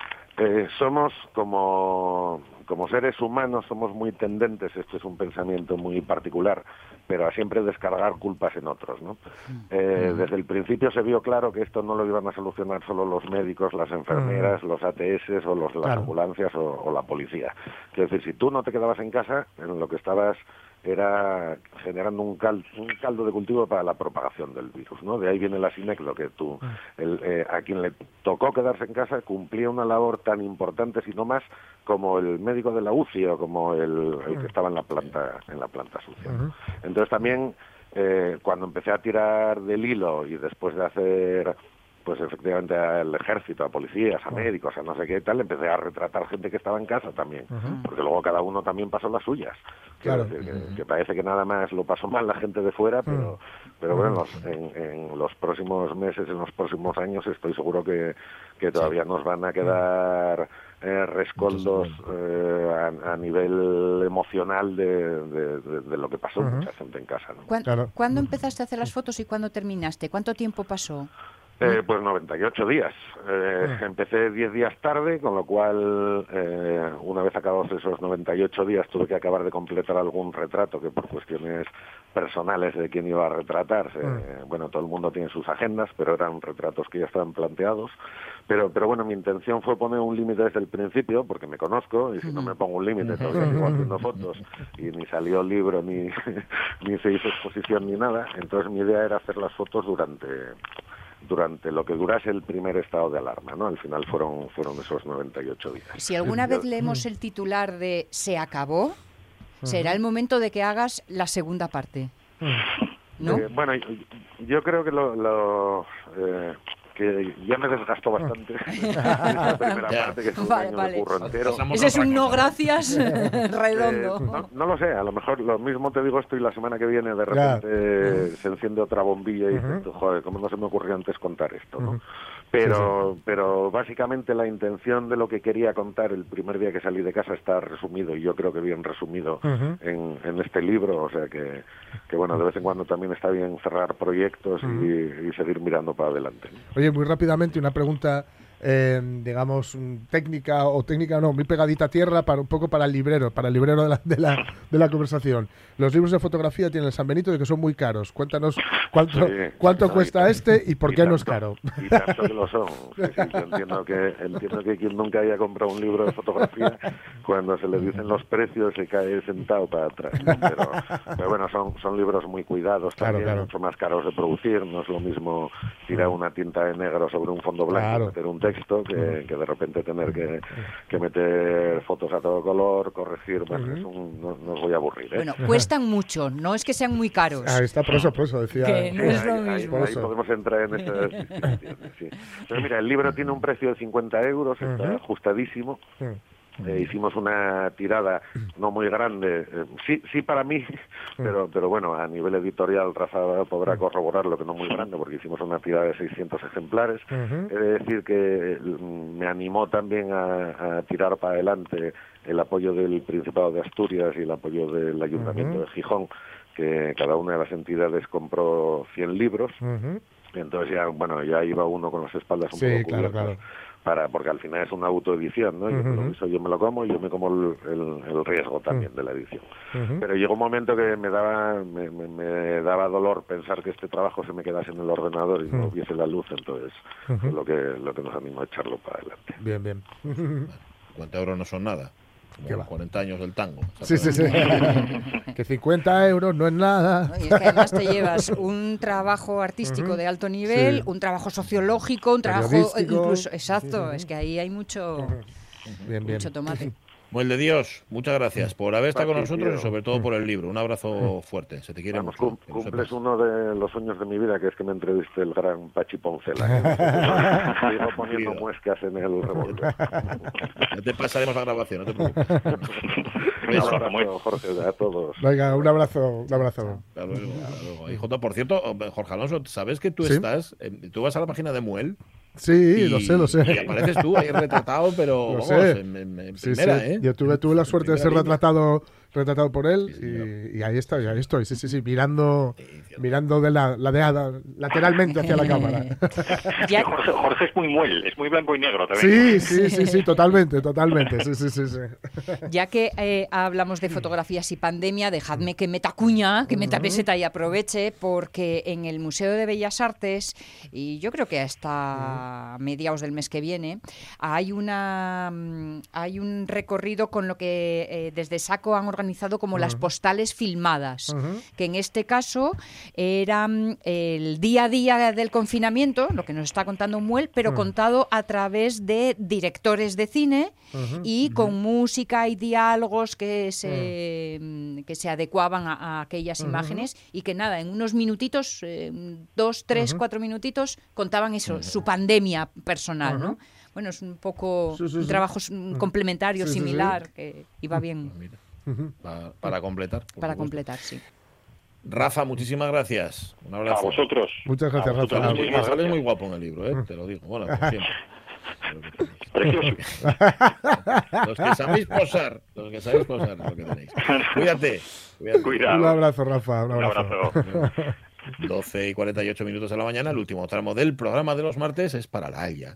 eh, somos como... Como seres humanos somos muy tendentes, esto es un pensamiento muy particular, pero a siempre descargar culpas en otros, ¿no? Eh, desde el principio se vio claro que esto no lo iban a solucionar solo los médicos, las enfermeras, los A T S o los, las claro. ambulancias o, o la policía. Quiero decir, si tú no te quedabas en casa, en lo que estabas era generando un, cal, un caldo de cultivo para la propagación del virus, ¿no? De ahí viene la sinécdoque, tú, el, eh, a quien le tocó quedarse en casa cumplía una labor tan importante, si no más, como el médico de la U C I o como el, el que estaba en la planta en la planta sucia. Uh-huh. Entonces también eh, cuando empecé a tirar del hilo y después de hacer pues efectivamente al ejército, a policías, a médicos, a no sé qué tal, empecé a retratar gente que estaba en casa también, uh-huh. porque luego cada uno también pasó las suyas. Claro. Que, que, que parece que nada más lo pasó mal la gente de fuera, pero, uh-huh. pero bueno, en, en los próximos meses, en los próximos años, estoy seguro que, que todavía sí. nos van a quedar eh, rescoldos eh, a, a nivel emocional de, de, de, de lo que pasó uh-huh. mucha gente en casa, ¿no? ¿Cuándo, claro. ¿Cuándo empezaste a hacer las fotos y cuándo terminaste? ¿Cuánto tiempo pasó? Eh, pues noventa y ocho días. Eh, empecé diez días tarde, con lo cual, eh, una vez acabados esos noventa y ocho días, tuve que acabar de completar algún retrato que por cuestiones personales de quién iba a retratarse. Eh, bueno, todo el mundo tiene sus agendas, pero eran retratos que ya estaban planteados. Pero, pero bueno, mi intención fue poner un límite desde el principio, porque me conozco, y si no me pongo un límite, todavía sigo haciendo fotos, y ni salió libro, ni, ni se hizo exposición, ni nada. Entonces mi idea era hacer las fotos durante... durante lo que durase el primer estado de alarma, ¿no? Al final fueron fueron esos noventa y ocho días. Si alguna vez leemos el titular de Se acabó, será el momento de que hagas la segunda parte, ¿no? Eh, bueno, yo, yo creo que lo... lo eh, que ya me desgastó bastante esa primera parte, que es un vale, año vale. de curro entero. Ese es un no gracias redondo. Eh, no, no lo sé, a lo mejor lo mismo te digo esto y la semana que viene de repente eh, se enciende otra bombilla y uh-huh. dices, joder, ¿cómo no se me ocurrió antes contar esto, no? Uh-huh. Pero, sí, sí. pero básicamente la intención de lo que quería contar el primer día que salí de casa está resumido, y yo creo que bien resumido uh-huh. en, en este libro, o sea que, que bueno, de vez en cuando también está bien cerrar proyectos uh-huh. y, y seguir mirando para adelante. Oye, muy rápidamente una pregunta, eh, digamos, técnica o técnica no, muy pegadita a tierra, para un poco para el librero, para el librero de la, de la, de la conversación. Los libros de fotografía tienen el San Benito de que son muy caros. Cuéntanos cuánto, sí, cuánto no, cuesta y, este y por y qué tanto, no es caro. Y tanto que lo son. Sí, sí, yo entiendo que, entiendo que quien nunca haya comprado un libro de fotografía, cuando se le dicen los precios se cae sentado para atrás, ¿no? Pero, pero bueno, son, son libros muy cuidados también, claro, claro. mucho más caros de producir. No es lo mismo tirar una tinta de negro sobre un fondo blanco claro. y meter un texto que, que de repente tener que, que meter fotos a todo color, corregir, bueno, uh-huh. es un, no, no os voy a aburrir, ¿eh? Bueno, cuestan mucho, no es que sean muy caros. Ahí está, por eso, por eso decía. Que no es lo ahí, mismo. Ahí, ahí podemos entrar en esas discusiones, sí. Pero mira, el libro tiene un precio de cincuenta euros, está uh-huh. ajustadísimo. Uh-huh. Eh, hicimos una tirada no muy grande, eh, sí sí para mí, pero pero bueno, a nivel editorial Rafa podrá corroborarlo, que no muy grande, porque hicimos una tirada de seiscientos ejemplares. Uh-huh. He de decir que me animó también a, a tirar para adelante el apoyo del Principado de Asturias y el apoyo del Ayuntamiento uh-huh. de Gijón, que cada una de las entidades compró cien libros. Uh-huh. Entonces ya, bueno, ya iba uno con las espaldas un sí, poco cubiertas. Claro, claro. Para, porque al final es una autoedición, ¿no? Uh-huh. Yo, me lo, yo me lo como y yo me como el, el, el riesgo también uh-huh. de la edición. Uh-huh. Pero llegó un momento que me daba me, me, me daba dolor pensar que este trabajo se me quedase en el ordenador y uh-huh. no viese la luz, entonces uh-huh. fue lo que, lo que nos animó a echarlo para adelante. Bien, bien. cincuenta euros no son nada. Como cuarenta años del tango. Sí, sí, sí. Que cincuenta euros no es nada. Y es que además te llevas un trabajo artístico uh-huh. de alto nivel, sí. un trabajo sociológico, un trabajo incluso... Exacto, sí, sí, sí. Es que ahí hay mucho, uh-huh. bien, mucho bien. tomate. Muel de Dios, muchas gracias por haber estado con nosotros tío. y sobre todo por el libro. Un abrazo fuerte, se te quiere Vamos, mucho. cum- cumples uno de los sueños de mi vida, que es que me entreviste el gran Pachi Poncela. Sigo poniendo muescas en el revólver. No te pasaremos la grabación, no te preocupes. Un abrazo, Jorge, a todos. Venga, un abrazo, un abrazo. Hasta luego, hasta luego. Y, Jota, por cierto, Jorge Alonso, ¿sabes que tú ¿Sí? estás, eh, tú vas a la página de Muel? Sí, y, lo sé, lo sé. Y apareces tú ahí retratado, pero Lo vamos, sé. en, en- en Sí, primera, sí. ¿eh? Yo tuve, tuve la suerte de ser Primera línea. retratado retratado por él y, y ahí estoy, ahí estoy, sí, sí, sí, mirando mirando de la, ladeada, lateralmente hacia la cámara. Ya- Jorge, Jorge es muy muel, es muy blanco y negro también. Sí, sí, sí, sí, totalmente, totalmente, sí, sí, sí, sí. Ya que eh, hablamos de fotografías y pandemia, dejadme que meta cuña, que meta peseta y aproveche, porque en el Museo de Bellas Artes, y yo creo que hasta mediados del mes que viene, hay una mm, hay un recorrido con lo que eh, desde SACO han organizado como las postales filmadas, que en este caso eran el día a día del confinamiento, lo que nos está contando Muel, pero contado a través de directores de cine y con música y diálogos que se, mm, que se adecuaban a, a aquellas Ujú. imágenes y que nada, en unos minutitos, eh, dos, tres, Ujú. cuatro minutitos, contaban eso, su pandemia personal, ¿no? Ujú. Bueno, es un poco Sí, sí, un sí. trabajo mm, complementario, Sí, sí, sí. similar, que iba bien Para, para completar. por para supuesto. completar, sí. Rafa, muchísimas gracias. Un abrazo. A vosotros. Muchas gracias, A vosotros. Rafa. Muchísimas Sales muy guapo en el libro, ¿eh? Te lo digo. Bueno, como siempre. Precioso. Los que sabéis posar, los que sabéis posar es lo que tenéis. Cuídate. cuídate. Un abrazo, Rafa, un abrazo. doce y cuarenta y ocho minutos de la mañana, el último tramo del programa de los martes es para la Haya.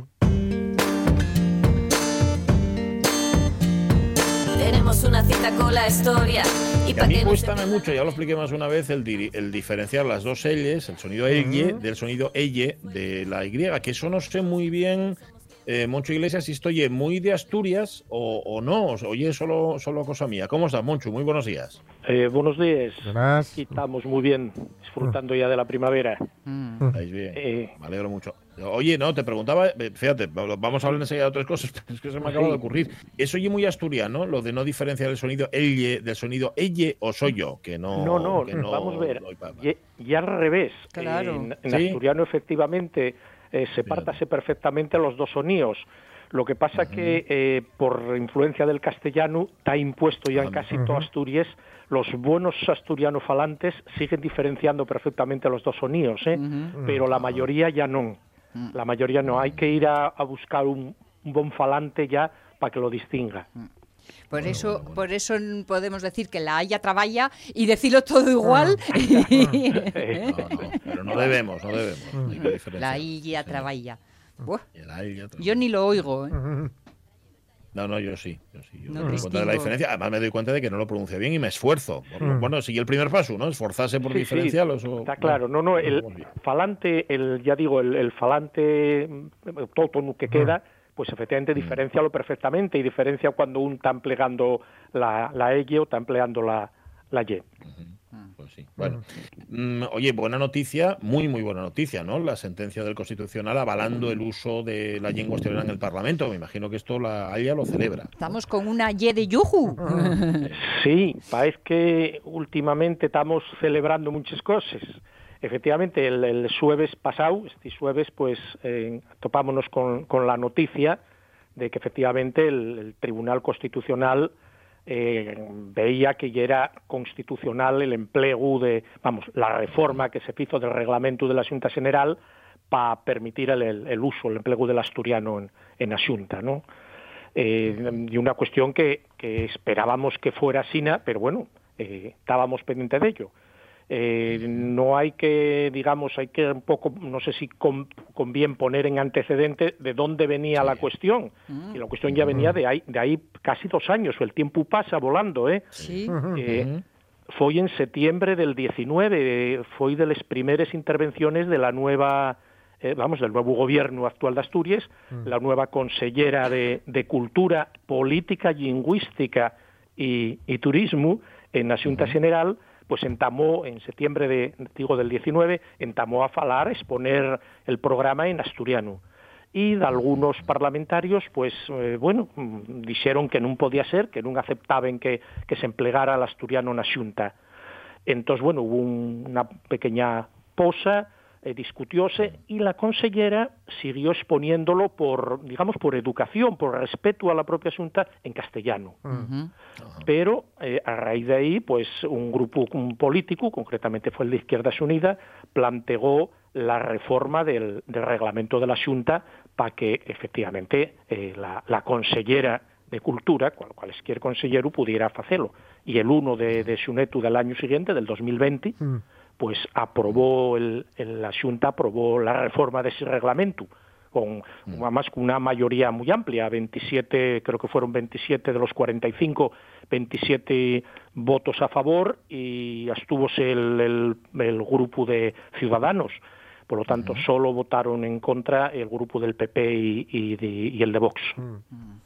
Tenemos una cita con la historia. Y Y a para mí que no se cuesta mucho, ya lo expliqué más una vez, el, diri- el diferenciar las dos L's, el sonido elle, del sonido elle de la Y, que eso no sé muy bien, eh, Moncho Iglesias, si esto oye muy de Asturias o, o no, o oye solo, solo cosa mía. ¿Cómo estás, Moncho? Muy buenos días. Eh, buenos días. Buenas. Aquí estamos muy bien, disfrutando ya de la primavera. ¿Estáis bien? Eh, Me alegro mucho. Oye, no, te preguntaba, eh, fíjate, vamos a hablar enseguida de otras cosas, pero es que se me acaba Sí. de ocurrir. Eso oye muy asturiano, lo de no diferenciar el sonido elle del sonido elle o soy yo, que no... no, no, que no vamos a ver. doy pa- Y, y al revés. Claro. En, en Sí. asturiano, efectivamente, eh, se partase perfectamente los dos sonidos. Lo que pasa que eh, por influencia del castellano está impuesto ya en casi todo Asturias. Los buenos asturiano falantes siguen diferenciando perfectamente los dos sonidos, ¿eh? Pero la mayoría ya no. La mayoría no. Hay que ir a, a buscar un, un buen falante ya para que lo distinga. Por eso, por eso podemos decir que la Haya traballa y decirlo todo igual. Pero no debemos, no debemos. Hay que diferenciar. La Haya traballa. Buah, La elle, otra. yo ni lo oigo, ¿eh? No, no, yo sí. Yo, sí. Yo No me doy cuenta de la distingo. diferencia. Además, me doy cuenta de que no lo pronuncio bien y me escuerzo. Por lo- Mm. Bueno, sigue el primer paso, ¿no? Esforzarse por Sí, sí, diferenciarlo. eso- está claro. No, no, el falante, el, ya digo, el, el falante mm, autótono que queda, pues efectivamente diferencialo perfectamente y diferencia cuando uno está empleando la, la elle o está empleando la, la y. Pues sí. Bueno, mm, oye, buena noticia, muy, muy buena noticia, ¿no? La sentencia del Constitucional avalando el uso de la lengua asturiana en el Parlamento. Me imagino que esto la Haya lo celebra. Estamos con una Y de yuju. Sí, parece que últimamente estamos celebrando muchas cosas. Efectivamente, el, el jueves pasado, este jueves, pues eh, topámonos con, con la noticia de que efectivamente el, el Tribunal Constitucional eh, veía que ya era constitucional el empleo de, vamos, la reforma que se hizo del reglamento de la Xunta General para permitir el, el, el uso, el empleo del asturiano en, en la Xunta, ¿no? Eh, y una cuestión que, que esperábamos que fuera así, pero bueno, eh, estábamos pendientes de ello. Eh, no hay que, digamos, hay que un poco, no sé si con, conviene poner en antecedente de dónde venía la cuestión. Y la cuestión ya venía de ahí, de ahí casi dos años, el tiempo pasa volando, ¿eh? Sí. Eh, fue en septiembre del diecinueve, eh, fue de las primeras intervenciones de la nueva, eh, vamos, del nuevo gobierno actual de Asturias, la nueva consellera de, de Cultura, Política, Lingüística y, y Turismo en la Xunta General, pues entamó en septiembre de, digo, del diecinueve, entamó a falar, a exponer el programa en asturiano. e de algunos parlamentarios, pues, eh, bueno, dixeron que non podía ser, que non aceptaban que, que se emplegara el asturiano na Xunta. Entonces, bueno, hubo un, una pequeña posa, eh, discutióse, y la consellera siguió exponiéndolo por, digamos, por educación, por respeto a la propia Xunta en castellano. Uh-huh. Pero, eh, a raíz de ahí, pues, un grupo un político, concretamente fue el de Izquierdas Unidas, planteó la reforma del, del reglamento de la Xunta para que, efectivamente, eh, la, la consellera de Cultura, cual, cualquier consellero, pudiera hacerlo. Y el uno de, de Xunetu del año siguiente, del dos mil veinte, mm. pues aprobó, el, el, la Xunta aprobó la reforma de ese reglamento, con, mm. además con una mayoría muy amplia, veintisiete, creo que fueron veintisiete de los cuarenta y cinco, veintisiete votos a favor, y abstúvose el, el, el grupo de Ciudadanos. Por lo tanto, uh-huh. solo votaron en contra el grupo del P P y, y, de, y el de Vox. Uh-huh.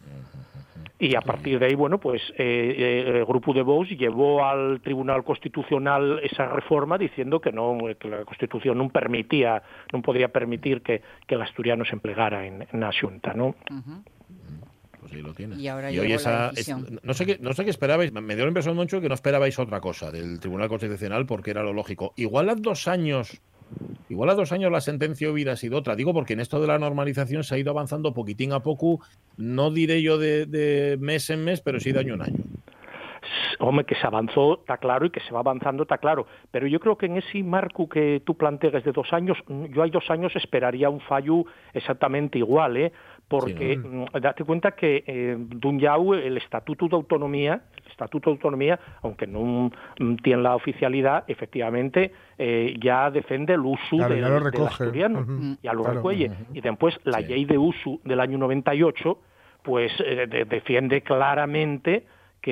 Y a partir de ahí, bueno, pues eh, eh, el grupo de Vox llevó al Tribunal Constitucional esa reforma diciendo que no, que la Constitución no permitía, no podía permitir que, que el asturiano se emplegara en, en la Xunta, ¿no? Uh-huh. Pues ahí lo tienes. Y ahora y hoy esa, es, no sé qué no sé qué esperabais, me dio la impresión mucho que no esperabais otra cosa del Tribunal Constitucional porque era lo lógico. Igual a dos años Igual a dos años la sentencia hubiera sido otra. Digo porque en esto de la normalización se ha ido avanzando poquitín a poco, no diré yo de, de mes en mes, pero sí de año en año. Hombre, que se avanzó, está claro, y que se va avanzando, está claro. Pero yo creo que en ese marco que tú planteas de dos años, yo hay dos años esperaría un fallo exactamente igual, ¿eh? Porque sí, ¿no? Date cuenta que eh, d'un llau el Estatuto de Autonomía, el Estatuto de Autonomía, aunque no tiene la oficialidad, efectivamente eh, ya defiende el uso claro, del, del asturiano, uh-huh. ya lo claro, recuelle. Uh-huh. Y después la sí. ley de uso del año noventa y ocho, pues eh, de, defiende claramente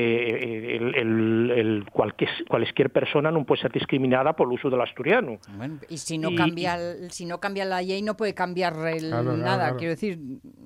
que el, el, el cualquier, cualquier persona no puede ser discriminada por el uso del asturiano. Bueno, y si no y, cambia el, si no cambia la ley no puede cambiar el, claro, nada, claro, claro. quiero decir.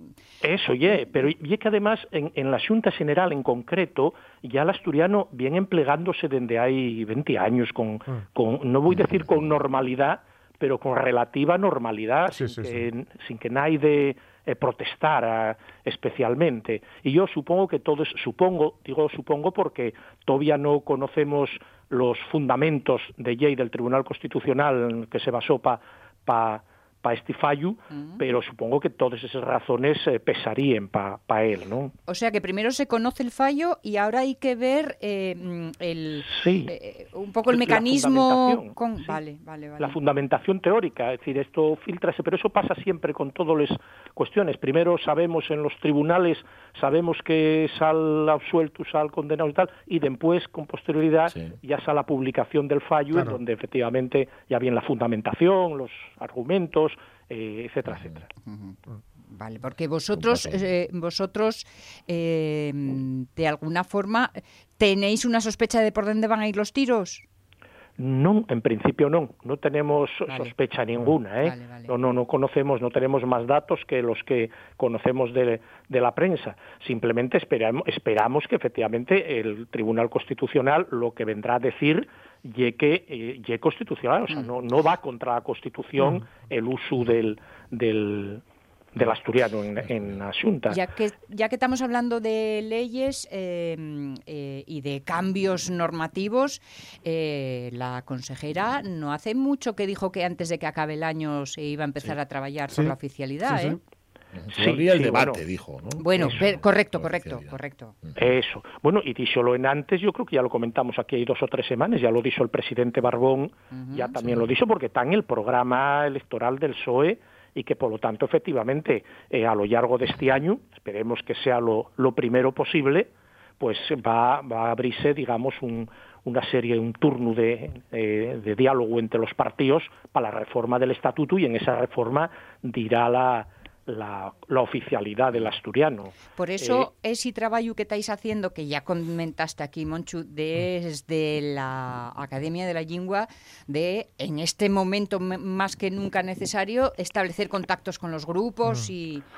Eso, ye, pero y que además en, en la Xunta General en concreto ya el asturiano viene emplegándose desde hay veinte años con, con no voy a decir con normalidad, pero con relativa normalidad, sí, sin, sí, que, sí. sin que nadie eh, protestara especialmente. Y yo supongo que todos, supongo, digo supongo porque todavía no conocemos los fundamentos de ley del Tribunal Constitucional que se basó para pa, pa este fallo, uh-huh. pero supongo que todas esas razones eh, pesarían para pa él, ¿no? O sea que primero se conoce el fallo y ahora hay que ver eh, el sí. eh, un poco el mecanismo con sí. vale, vale, vale. La fundamentación teórica, es decir, esto filtrase, pero eso pasa siempre con todas las cuestiones. Primero sabemos en los tribunales, sabemos que sal absuelto, sal condenado y tal, y después, con posterioridad, sí. ya sale la publicación del fallo, claro. donde efectivamente ya viene la fundamentación, los argumentos, eh, etcétera, etcétera. Uh-huh. Vale, porque vosotros, eh, vosotros eh, de alguna forma, ¿tenéis una sospecha de por dónde van a ir los tiros? No, en principio no, no tenemos vale. sospecha ninguna, ¿eh? Vale, vale. No, no, no conocemos, no tenemos más datos que los que conocemos de, de la prensa. Simplemente esperamos, esperamos que efectivamente el Tribunal Constitucional lo que vendrá a decir ye que eh, ye constitucional, o sea, mm. no, no va contra la Constitución mm. el uso del del del asturiano en, en la Xunta. Ya que, ya que estamos hablando de leyes eh, eh, y de cambios normativos, eh, la consejera no hace mucho que dijo que antes de que acabe el año se iba a empezar sí. a trabajar sí. por la oficialidad, sí, sí. ¿eh? Sí, sí, el debate, bueno, dijo, ¿no? Bueno, per, correcto, correcto, correcto. Eso. Bueno, y díxolo en antes, yo creo que ya lo comentamos aquí hay dos o tres semanas, ya lo dijo el presidente Barbón, uh-huh, ya también sí. lo dijo porque está en el programa electoral del P S O E, y que, por lo tanto, efectivamente, eh, a lo largo de este año, esperemos que sea lo, lo primero posible, pues va, va a abrirse, digamos, un, una serie, un turno de, eh, de diálogo entre los partidos para la reforma del estatuto, y en esa reforma dirá la, la, la oficialidad del asturiano. Por eso, eh, ese trabajo que estáis haciendo, que ya comentaste aquí, Monchu, desde la Academia de la Lingua, de, en este momento más que nunca necesario, establecer contactos con los grupos y...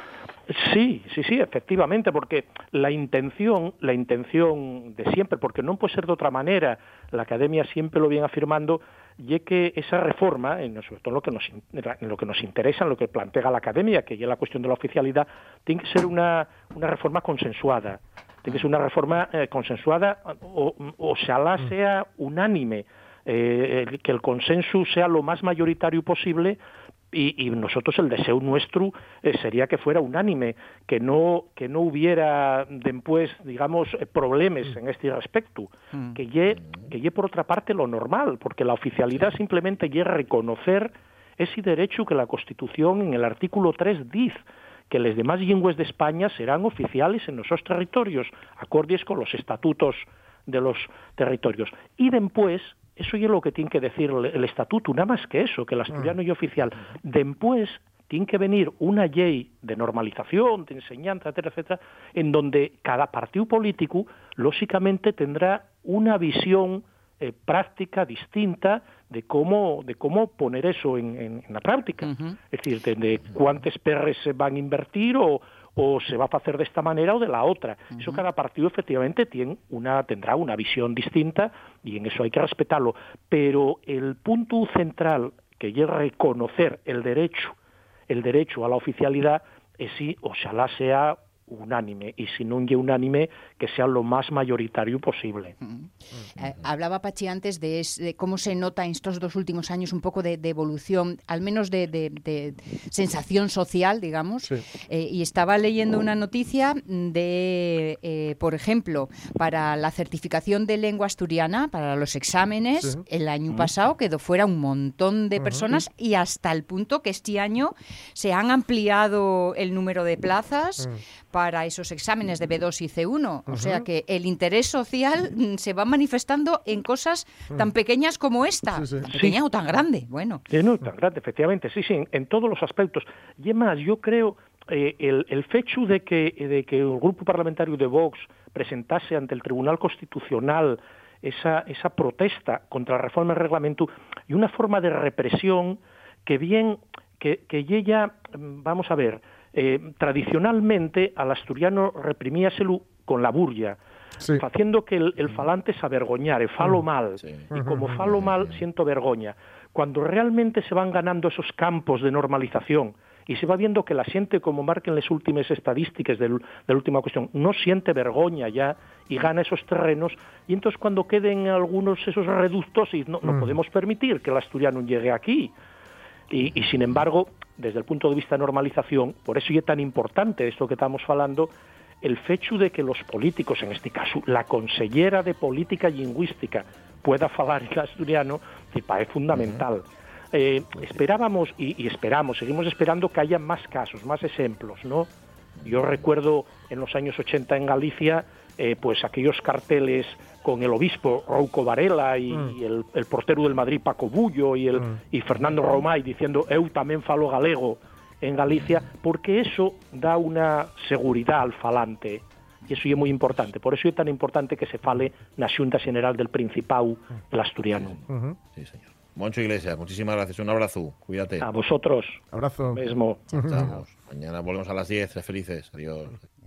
Sí, sí, sí, efectivamente, porque la intención, la intención de siempre, porque non pode ser de outra maneira, la Academia siempre lo viene afirmando, y que esa reforma, en, sobre todo en lo que nos en lo que nos interesa, en lo que plantea la Academia, que es la cuestión de la oficialidad, tiene que ser una, una reforma consensuada, tiene que ser una reforma eh, consensuada, o, ojalá sea unánime, eh, que el consenso sea lo más mayoritario posible. Y, y nosotros el deseo nuestro eh, sería que fuera unánime, que no que no hubiera después, digamos, eh, problemas en este respecto, mm. que lle, que lle por otra parte lo normal, porque la oficialidad simplemente lle reconocer ese derecho que la Constitución en el artículo tres dice, que las demás lenguas de España serán oficiales en nuestros territorios, acordes con los estatutos de los territorios. Y después, eso es lo que tiene que decir el estatuto, nada más que eso, que el asturiano es oficial. Después tiene que venir una ley de normalización, de enseñanza, etcétera, etcétera, en donde cada partido político, lógicamente, tendrá una visión eh, práctica distinta de cómo de cómo poner eso en, en, en la práctica. Uh-huh. Es decir, de, de cuántos perres se van a invertir o o se va a hacer de esta manera o de la otra. Uh-huh. Eso cada partido efectivamente tiene una, tendrá una visión distinta y en eso hay que respetarlo. Pero el punto central que es reconocer el derecho, el derecho a la oficialidad, es si ojalá sea unánime, y si no es unánime, que sea lo más mayoritario posible. Uh-huh. Eh, hablaba Pachi antes de, es, de cómo se nota en estos dos últimos años un poco de, de evolución, al menos de, de, de sensación social, digamos, sí. eh, y estaba leyendo una noticia de, eh, por ejemplo, para la certificación de lengua asturiana, para los exámenes, sí. el año uh-huh. pasado quedó fuera un montón de personas uh-huh. y hasta el punto que este año se han ampliado el número de plazas uh-huh. para esos exámenes de B dos y C uno. Uh-huh. O sea que el interés social se va manifestando en cosas tan pequeñas como esta. Sí, sí. Pequeña sí. o tan grande, bueno. Sí, no, tan grande, efectivamente. Sí, sí, en, en todos los aspectos. Y además, yo creo, eh, el, el hecho de que, de que el grupo parlamentario de Vox presentase ante el Tribunal Constitucional esa, esa protesta contra la reforma del reglamento y una forma de represión que bien, que, que ella, vamos a ver, Eh, tradicionalmente al asturiano reprimíaselo con la burlla, sí. haciendo que el, el falante se avergoñare, falo mal, sí. y como falo mal siento vergoña. Cuando realmente se van ganando esos campos de normalización y se va viendo que la gente, como marquen las últimas estadísticas del, de la última cuestión, no siente vergoña ya y gana esos terrenos, y entonces cuando queden algunos esos reductos, y no, no mm. podemos permitir que el asturiano llegue aquí. Y, y sin embargo, desde el punto de vista de normalización, por eso es tan importante esto que estamos hablando, el hecho de que los políticos, en este caso la consellera de Política Lingüística, pueda hablar en asturiano, es fundamental. Uh-huh. Eh, esperábamos y, y esperamos, seguimos esperando que haya más casos, más ejemplos, ¿no? Yo recuerdo en los años ochenta en Galicia, eh, pues aquellos carteles con el obispo Rouco Varela y, mm. y el, el portero del Madrid Paco Bullo y, el, mm. y Fernando Romay diciendo eu tamén falo galego en Galicia, porque eso da una seguridad al falante y eso es muy importante. Por eso es tan importante que se fale na Xunta General del Principado el asturiano. Uh-huh. Sí, señor. Moncho Iglesias, muchísimas gracias. Un abrazo. Cuídate. A vosotros. Abrazo. Mismo. Estamos. Mañana volvemos a las diez. Felices. Adiós.